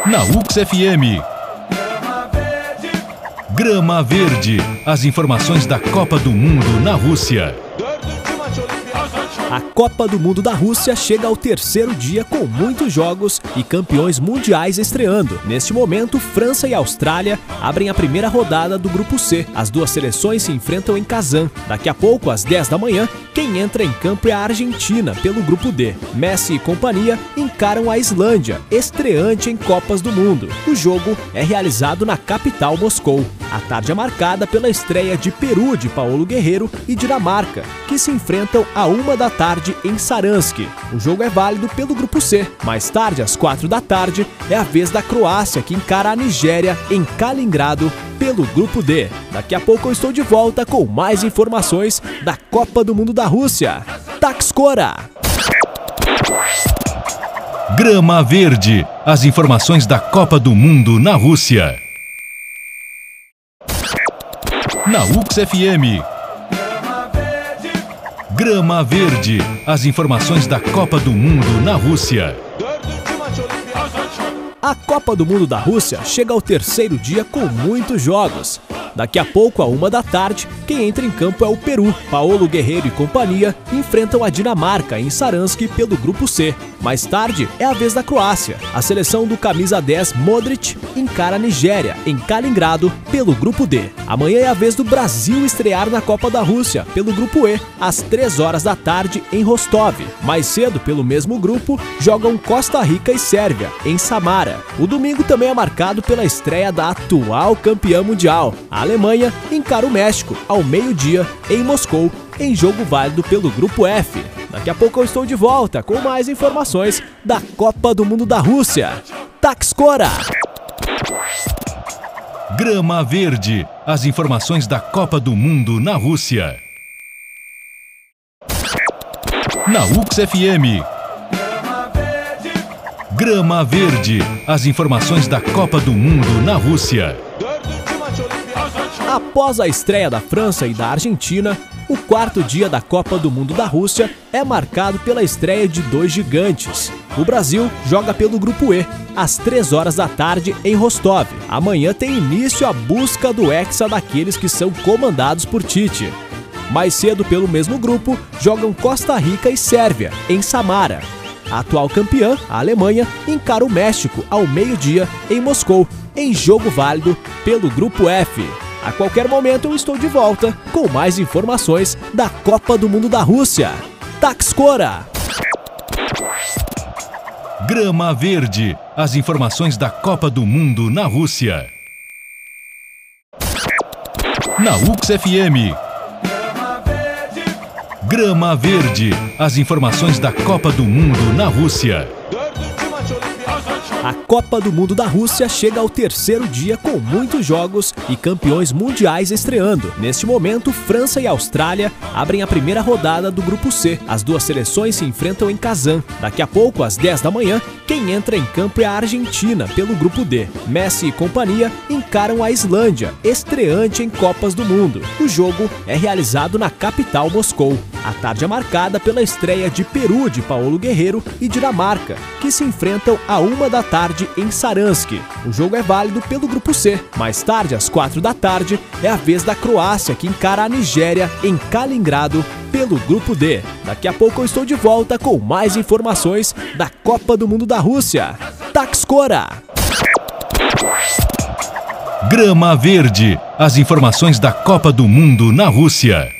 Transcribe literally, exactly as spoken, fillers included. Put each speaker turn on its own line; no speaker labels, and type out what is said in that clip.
Na U X F M. Grama Verde. As informações da Copa do Mundo na Rússia.
A Copa do Mundo da Rússia chega ao terceiro dia com muitos jogos e campeões mundiais estreando. Neste momento, França e Austrália abrem a primeira rodada do Grupo C. As duas seleções se enfrentam em Kazan. Daqui a pouco, às dez da manhã, quem entra em campo é a Argentina, pelo Grupo D. Messi e companhia encaram a Islândia, estreante em Copas do Mundo. O jogo é realizado na capital, Moscou. A tarde é marcada pela estreia de Peru de Paulo Guerreiro e Dinamarca, que se enfrentam a uma da tarde em Saransk. O jogo é válido pelo Grupo C. Mais tarde, às quatro da tarde, é a vez da Croácia, que encara a Nigéria em Kaliningrado pelo Grupo D. Daqui a pouco eu estou de volta com mais informações da Copa do Mundo da Rússia. Taxcora!
Grama Verde. As informações da Copa do Mundo na Rússia. Na U X F M. Grama Verde. As informações da Copa do Mundo na Rússia.
A Copa do Mundo da Rússia chega ao terceiro dia com muitos jogos. Daqui a pouco, à uma da tarde, quem entra em campo é o Peru. Paulo Guerreiro e companhia enfrentam a Dinamarca em Saransk pelo Grupo C. Mais tarde, é a vez da Croácia. A seleção do camisa dez, Modric, encara a Nigéria em Kaliningrado pelo Grupo D. Amanhã é a vez do Brasil estrear na Copa da Rússia pelo Grupo E, às três horas da tarde em Rostov. Mais cedo, pelo mesmo grupo, jogam Costa Rica e Sérvia em Samara. O domingo também é marcado pela estreia da atual campeã mundial. A Alemanha encara o México ao meio-dia em Moscou, em jogo válido pelo Grupo F. Daqui a pouco eu estou de volta com mais informações da Copa do Mundo da Rússia. Taxcora!
Grama Verde. As informações da Copa do Mundo na Rússia. Na U X F M. Grama Verde. As informações da Copa do Mundo na Rússia.
Após a estreia da França e da Argentina, o quarto dia da Copa do Mundo da Rússia é marcado pela estreia de dois gigantes. O Brasil joga pelo Grupo E, às três horas da tarde em Rostov. Amanhã tem início a busca do hexa daqueles que são comandados por Tite. Mais cedo, pelo mesmo grupo, jogam Costa Rica e Sérvia, em Samara. A atual campeã, a Alemanha, encara o México ao meio-dia em Moscou, em jogo válido pelo Grupo F. A qualquer momento eu estou de volta com mais informações da Copa do Mundo da Rússia. Taxcora!
Grama Verde. As informações da Copa do Mundo na Rússia. Na U X F M. Grama Verde. As informações da Copa do Mundo na Rússia.
A Copa do Mundo da Rússia chega ao terceiro dia com muitos jogos e campeões mundiais estreando. Neste momento, França e Austrália abrem a primeira rodada do Grupo C. As duas seleções se enfrentam em Kazan. Daqui a pouco, às dez da manhã, quem entra em campo é a Argentina, pelo Grupo D. Messi e companhia encaram a Islândia, estreante em Copas do Mundo. O jogo é realizado na capital, Moscou. A tarde é marcada pela estreia de Peru de Paulo Guerreiro e Dinamarca, que se enfrentam a uma da tarde em Saransk. O jogo é válido pelo Grupo C. Mais tarde, às quatro da tarde, é a vez da Croácia, que encara a Nigéria em Kaliningrado pelo Grupo D. Daqui a pouco eu estou de volta com mais informações da Copa do Mundo da Rússia. Taxcora!
Grama Verde. As informações da Copa do Mundo na Rússia.